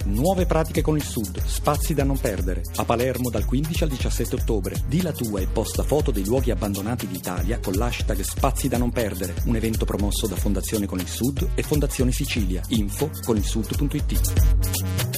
Nuove pratiche con il Sud, spazi da non perdere. A Palermo dal 15 al 17 ottobre. Di la tua e posta foto dei luoghi abbandonati d'Italia con l'hashtag Spazi da non perdere. Un evento promosso da Fondazione Con il Sud e Fondazione Sicilia. Info conilsud.it.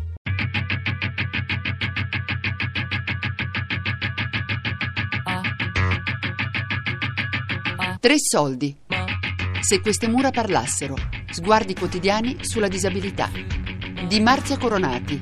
Tre soldi. Se queste mura parlassero. Sguardi quotidiani sulla disabilità. Di Marzia Coronati.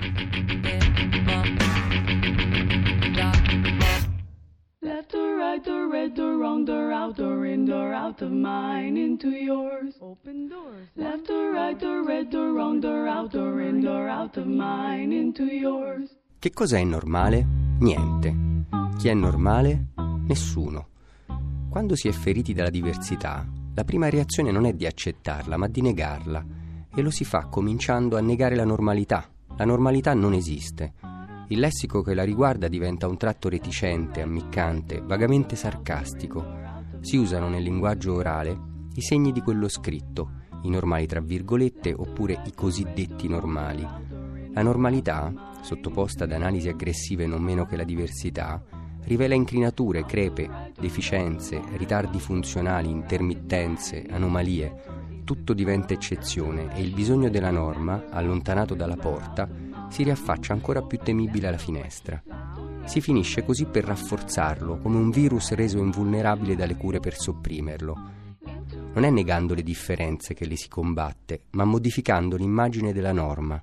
Left or right or red or wrong or out or in or out of mine into yours. Open doors. Left or right or red or wrong or out or in or out of mine into yours. Che cos'è normale? Niente. Chi è normale? Nessuno. Quando si è feriti dalla diversità, la prima reazione non è di accettarla, ma di negarla. E lo si fa cominciando a negare la normalità. La normalità non esiste. Il lessico che la riguarda diventa un tratto reticente, ammiccante, vagamente sarcastico. Si usano nel linguaggio orale i segni di quello scritto, i normali tra virgolette oppure i cosiddetti normali. La normalità, sottoposta ad analisi aggressive non meno che la diversità, rivela incrinature, crepe, deficienze, ritardi funzionali, intermittenze, anomalie. Tutto diventa eccezione e il bisogno della norma, allontanato dalla porta, si riaffaccia ancora più temibile alla finestra. Si finisce così per rafforzarlo, come un virus reso invulnerabile dalle cure per sopprimerlo. Non è negando le differenze che le si combatte, ma modificando l'immagine della norma.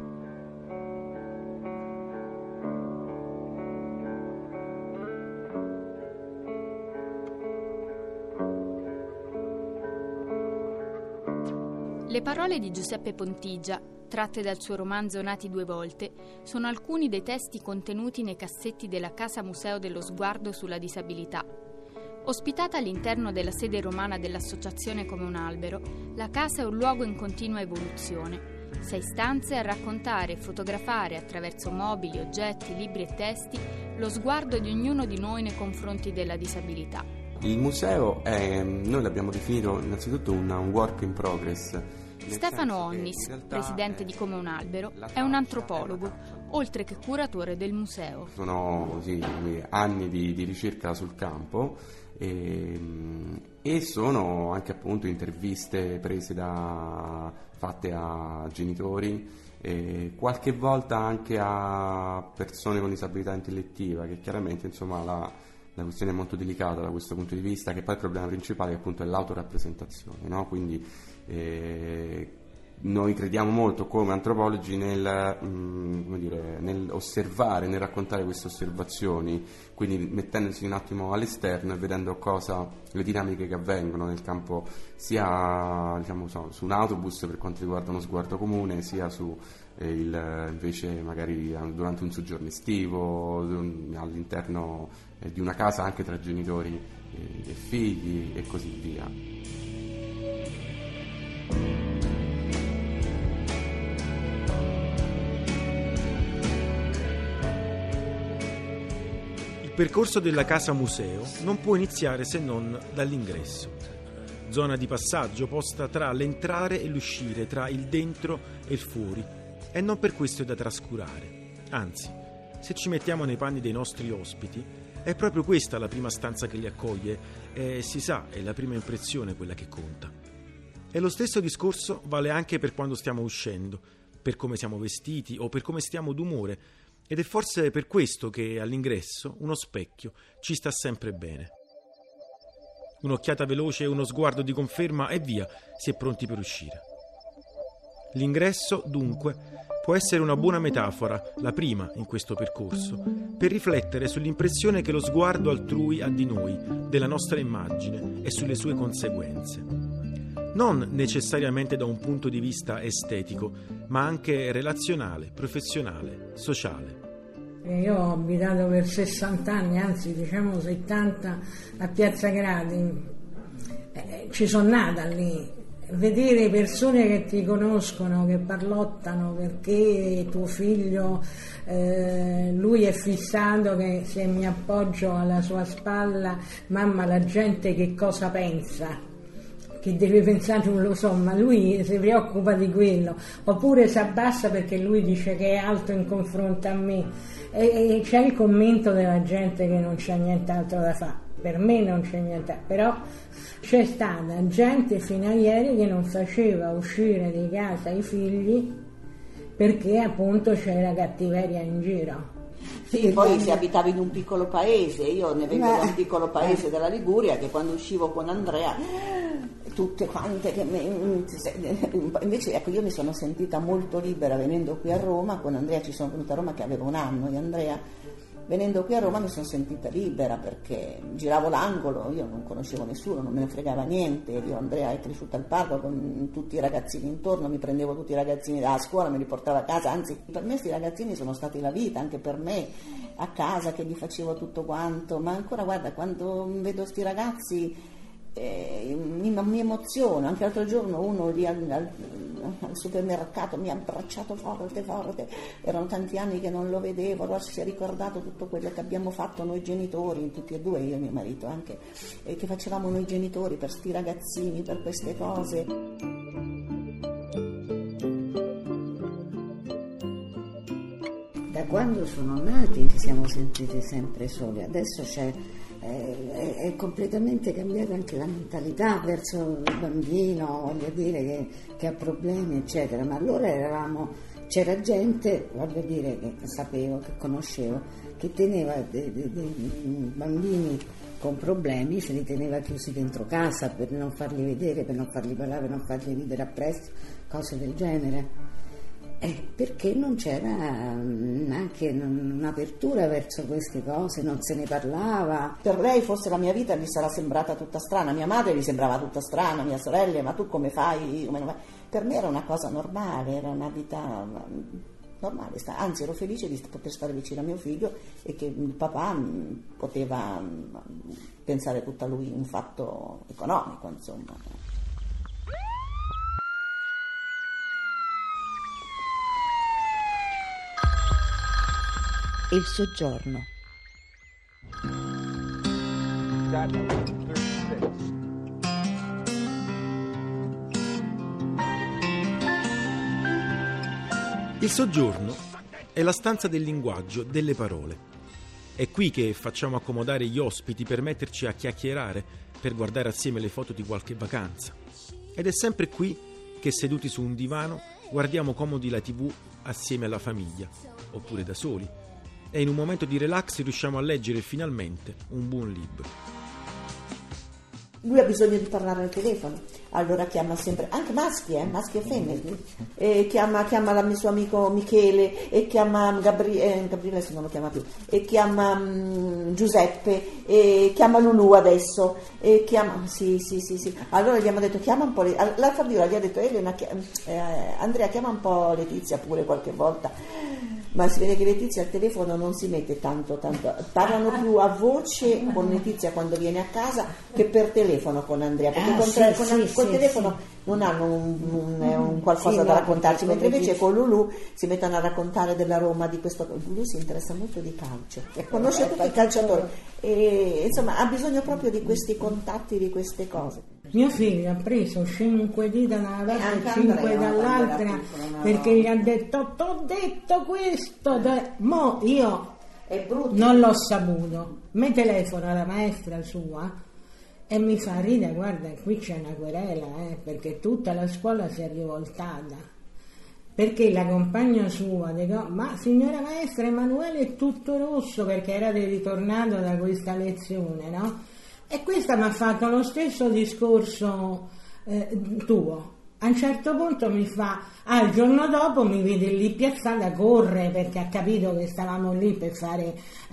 Le parole di Giuseppe Pontigia, tratte dal suo romanzo Nati due volte, sono alcuni dei testi contenuti nei cassetti della Casa Museo dello Sguardo sulla disabilità. Ospitata all'interno della sede romana dell'Associazione Come un Albero, la casa è un luogo in continua evoluzione. 6 stanze a raccontare e fotografare attraverso mobili, oggetti, libri e testi lo sguardo di ognuno di noi nei confronti della disabilità. Il museo noi l'abbiamo definito innanzitutto un work in progress. Stefano Onnis, presidente di Come un Albero, è un antropologo, oltre che curatore del museo. Sono anni di ricerca sul campo e sono anche appunto interviste prese fatte a genitori e qualche volta anche a persone con disabilità intellettiva, che chiaramente insomma la questione è molto delicata da questo punto di vista, che poi il problema principale appunto è l'autorappresentazione, no? Quindi noi crediamo molto come antropologi nel osservare, nel raccontare queste osservazioni, quindi mettendosi un attimo all'esterno e vedendo le dinamiche che avvengono nel campo, sia su un autobus per quanto riguarda uno sguardo comune, sia invece magari durante un soggiorno estivo, all'interno di una casa anche tra genitori e figli e così via. Il percorso della Casa Museo non può iniziare se non dall'ingresso. Zona di passaggio posta tra l'entrare e l'uscire, tra il dentro e il fuori, e non per questo è da trascurare. Anzi, se ci mettiamo nei panni dei nostri ospiti, è proprio questa la prima stanza che li accoglie e si sa, è la prima impressione quella che conta. E lo stesso discorso vale anche per quando stiamo uscendo, per come siamo vestiti o per come stiamo d'umore, ed è forse per questo che all'ingresso uno specchio ci sta sempre bene. Un'occhiata veloce e uno sguardo di conferma e via, si è pronti per uscire. L'ingresso, dunque, può essere una buona metafora, la prima in questo percorso, per riflettere sull'impressione che lo sguardo altrui ha di noi, della nostra immagine e sulle sue conseguenze. Non necessariamente da un punto di vista estetico, ma anche relazionale, professionale, sociale. Io ho abitato per 60 anni, anzi diciamo 70, a Piazza Gradi. Ci sono nata lì. Vedere persone che ti conoscono, che parlottano perché tuo figlio, lui è fissato che se mi appoggio alla sua spalla, mamma, la gente che cosa pensa? che deve pensare non lo so, ma lui si preoccupa di quello, oppure si abbassa perché lui dice che è alto in confronto a me, e c'è il commento della gente che non c'è nient'altro da fare. Per me non c'è niente, però c'è stata gente fino a ieri che non faceva uscire di casa i figli perché appunto c'era cattiveria in giro. Sì, poi si abitava in un piccolo paese, io ne vengo da un piccolo paese della Liguria, che quando uscivo con Andrea tutte quante che invece ecco, io mi sono sentita molto libera venendo qui a Roma. Con Andrea ci sono venuta a Roma che avevo un anno, io Andrea, venendo qui a Roma mi sono sentita libera perché giravo l'angolo, io non conoscevo nessuno, non me ne fregava niente. Io Andrea è cresciuta al parco con tutti i ragazzini intorno, mi prendevo tutti i ragazzini dalla scuola, me li portavo a casa, anzi per me questi ragazzini sono stati la vita, anche per me a casa che gli facevo tutto quanto, ma ancora guarda, quando vedo sti ragazzi mi emoziono. Anche l'altro giorno uno lì al supermercato mi ha abbracciato forte, erano tanti anni che non lo vedevo, allora si è ricordato tutto quello che abbiamo fatto noi genitori, tutti e due, io e mio marito anche, che facevamo noi genitori per sti ragazzini, per queste cose. Da quando sono nati ci siamo sentiti sempre soli, adesso è completamente cambiata anche la mentalità verso il bambino, voglio dire, che ha problemi eccetera, ma allora c'era gente, voglio dire, che sapevo, che conoscevo, che teneva dei bambini con problemi, se li teneva chiusi dentro casa per non farli vedere, per non farli parlare, per non farli ridere appresso, cose del genere. Perché non c'era anche un'apertura verso queste cose, non se ne parlava. Per lei forse la mia vita gli sarà sembrata tutta strana, mia madre gli sembrava tutta strana, mia sorella, ma tu come fai? Per me era una cosa normale, era una vita normale, anzi ero felice di poter stare vicino a mio figlio e che il papà poteva pensare tutto a lui un fatto economico, insomma. Il soggiorno. Il soggiorno è la stanza del linguaggio, delle parole. È qui che facciamo accomodare gli ospiti per metterci a chiacchierare, per guardare assieme le foto di qualche vacanza. Ed è sempre qui che, seduti su un divano, guardiamo comodi la TV assieme alla famiglia, oppure da soli. E in un momento di relax riusciamo a leggere finalmente un buon libro. Lui ha bisogno di parlare al telefono, allora chiama sempre, anche maschi e femmine, e chiama il suo amico Michele, e chiama Gabriele adesso non lo chiama più, e chiama Giuseppe, e chiama Lulu adesso, e chiama sì. Allora gli abbiamo detto chiama un po' la Fabiola gli ha detto Elena, Andrea chiama un po' Letizia pure qualche volta. Ma si vede che Letizia al telefono non si mette tanto, parlano più a voce con Letizia quando viene a casa che per telefono con Andrea, perché col telefono non hanno un qualcosa da raccontarci, mentre invece con Lulu si mettono a raccontare della Roma, di questo. Lulu si interessa molto di calcio, conosce tutti i calciatori e insomma ha bisogno proprio di questi contatti, di queste cose. Mio figlio ha preso 5 dita da una parte e 5 dall'altra perché gli ha detto t'ho detto questo, mo io non l'ho saputo, mi telefona la maestra sua e mi fa ridere, guarda qui c'è una querela perché tutta la scuola si è rivoltata perché la compagna sua dico, ma signora maestra Emanuele è tutto rosso perché era ritornato da questa lezione, no? E questa mi ha fatto lo stesso discorso tuo. A un certo punto mi fa, il giorno dopo mi vede lì piazzata, corre perché ha capito che stavamo lì per fare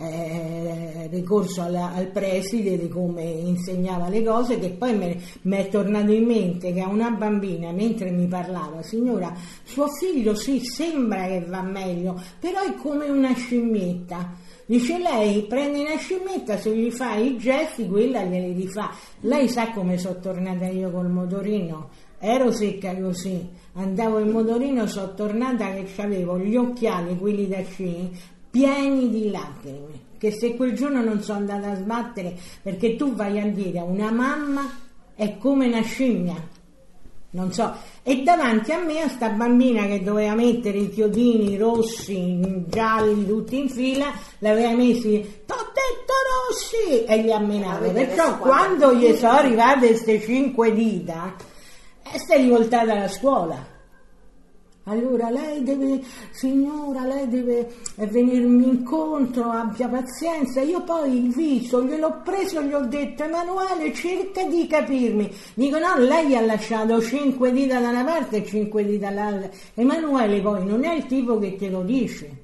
ricorso al preside di come insegnava le cose, che poi mi è tornato in mente che a una bambina mentre mi parlava, signora, suo figlio sì, sembra che va meglio, però è come una scimmietta. Dice lei, prende una scimmietta, se gli fa i gesti, quella glieli rifà. Lei sa come sono tornata io col motorino? Ero secca così, andavo in motorino, sono tornata che avevo gli occhiali, quelli da sci, pieni di lacrime, che se quel giorno non sono andata a sbattere, perché tu vai a dire a una mamma è come una scimmia, non so, e davanti a me a sta bambina che doveva mettere i chiodini rossi, gialli, tutti in fila, l'aveva messi, t'ho detto rossi, e gli ammenava, perciò quando gli sono arrivate queste 5 dita, si è rivoltata alla scuola. Allora signora, lei deve venirmi incontro, abbia pazienza. Io poi il viso gliel'ho preso e gli ho detto: Emanuele, cerca di capirmi. Dico: no, lei ha lasciato 5 dita da una parte e 5 dita dall'altra. Emanuele poi non è il tipo che te lo dice.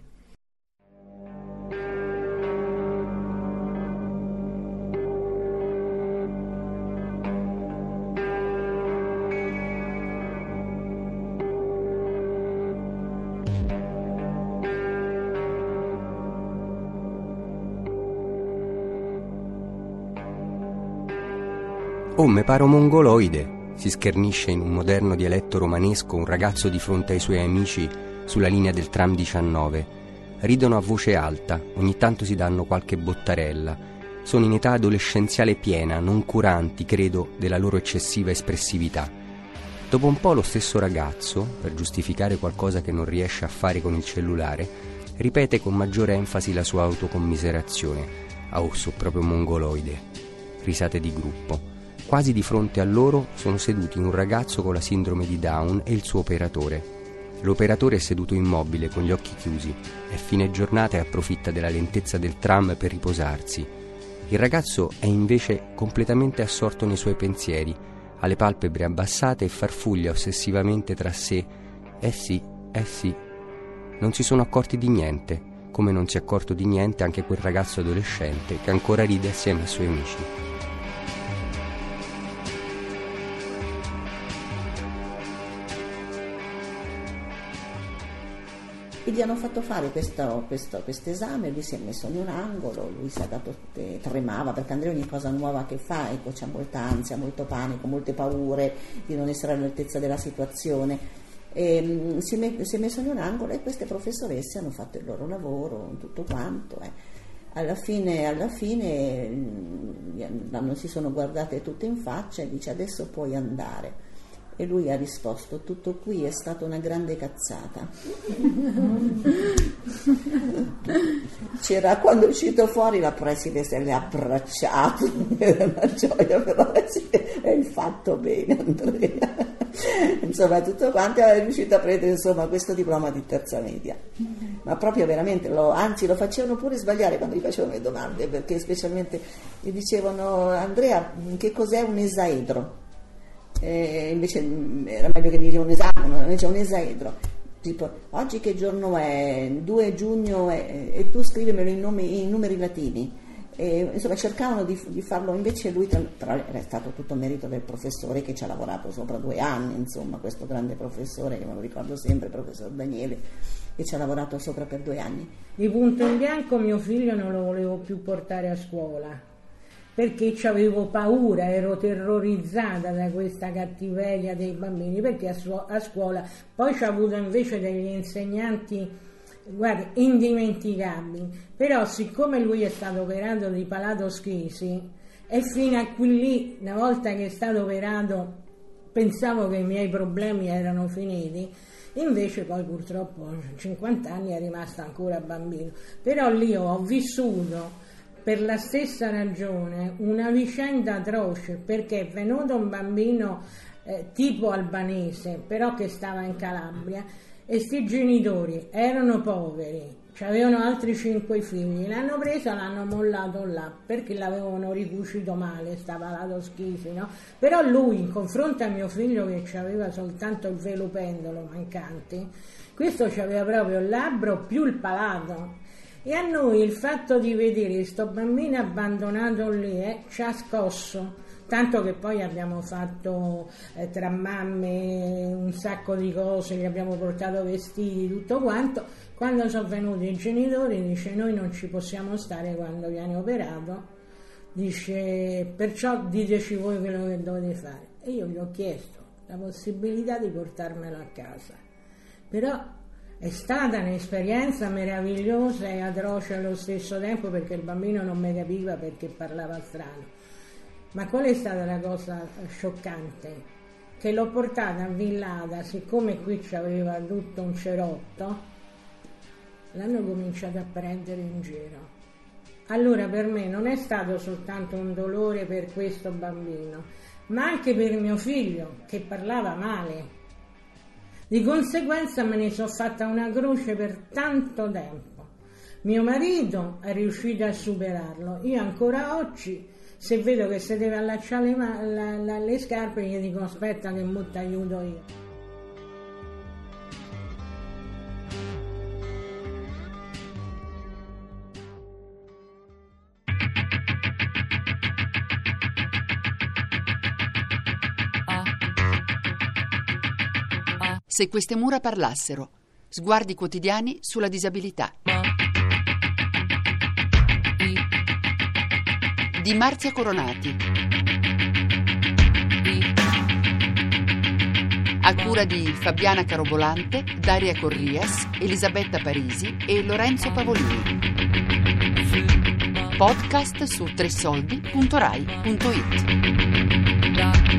«Oh, me paro mongoloide», si schernisce in un moderno dialetto romanesco un ragazzo di fronte ai suoi amici sulla linea del tram 19. Ridono a voce alta, ogni tanto si danno qualche bottarella. Sono in età adolescenziale piena, non curanti, credo, della loro eccessiva espressività. Dopo un po' lo stesso ragazzo, per giustificare qualcosa che non riesce a fare con il cellulare, ripete con maggiore enfasi la sua autocommiserazione. «Ah, oh, so proprio mongoloide». Risate di gruppo. Quasi di fronte a loro sono seduti un ragazzo con la sindrome di Down e il suo operatore. L'operatore è seduto immobile con gli occhi chiusi, è fine giornata e approfitta della lentezza del tram per riposarsi. Il ragazzo è invece completamente assorto nei suoi pensieri, ha le palpebre abbassate e farfuglia ossessivamente tra sé. Sì. Non si sono accorti di niente, come non si è accorto di niente anche quel ragazzo adolescente che ancora ride assieme ai suoi amici. E gli hanno fatto fare questo esame, lui si è messo in un angolo, lui si è dato, tremava, perché Andrea ogni cosa nuova che fa, ecco, c'ha molta ansia, molto panico, molte paure di non essere all'altezza della situazione. E si è messo in un angolo e queste professoresse hanno fatto il loro lavoro, tutto quanto. Alla fine si sono guardate tutte in faccia e dice: adesso puoi andare. E lui ha risposto: tutto qui è stata una grande cazzata. Quando è uscito fuori la preside se l'ha abbracciato, era una gioia, però è il fatto bene Andrea. Insomma, tutto quanto è riuscito a prendere questo diploma di terza media. Ma proprio veramente, anzi lo facevano pure sbagliare quando gli facevano le domande, perché specialmente gli dicevano: Andrea, che cos'è un esaedro? Invece era meglio che gli diceva un esame, invece un esaedro, tipo: oggi che giorno è? 2 giugno e tu scrivimelo in numeri latini. Insomma, cercavano di farlo, invece lui, però era stato tutto merito del professore che ci ha lavorato sopra 2 anni, insomma, questo grande professore che me lo ricordo sempre, il professor Daniele, che ci ha lavorato sopra per 2 anni. Di punto in bianco mio figlio non lo volevo più portare a scuola, perché avevo paura, ero terrorizzata da questa cattiveria dei bambini, perché a scuola poi ci ho avuto invece degli insegnanti, guarda, indimenticabili, però siccome lui è stato operato di palatoschisi e fino a qui lì, una volta che è stato operato, pensavo che i miei problemi erano finiti, invece poi purtroppo a 50 anni è rimasto ancora bambino, però lì ho vissuto per la stessa ragione una vicenda atroce, perché è venuto un bambino tipo albanese, però che stava in Calabria, e sti genitori erano poveri, avevano altri 5 figli, l'hanno preso, l'hanno mollato là perché l'avevano ricucito male, stava latoschisi, no? Però lui, in confronto a mio figlio che aveva soltanto il velo pendolo mancante, questo aveva proprio il labbro più il palato. E a noi il fatto di vedere sto bambino abbandonato lì ci ha scosso, tanto che poi abbiamo fatto tra mamme un sacco di cose, gli abbiamo portato vestiti, tutto quanto. Quando sono venuti i genitori, dice: noi non ci possiamo stare quando viene operato, dice, perciò diteci voi quello che dovete fare. E io gli ho chiesto la possibilità di portarmelo a casa, però è stata un'esperienza meravigliosa e atroce allo stesso tempo, perché il bambino non mi capiva perché parlava strano. Ma qual è stata la cosa scioccante? Che l'ho portata a Villada, siccome qui c'aveva tutto un cerotto, l'hanno cominciato a prendere in giro. Allora per me non è stato soltanto un dolore per questo bambino, ma anche per mio figlio che parlava male. Di conseguenza me ne sono fatta una croce per tanto tempo. Mio marito è riuscito a superarlo. Io ancora oggi, se vedo che si deve allacciare le scarpe, gli dico aspetta che mo t'aiuto io. Se queste mura parlassero. Sguardi quotidiani sulla disabilità. Di Marzia Coronati. A cura di Fabiana Carobolante, Daria Corrias, Elisabetta Parisi e Lorenzo Pavolini. Podcast su tresoldi.rai.it.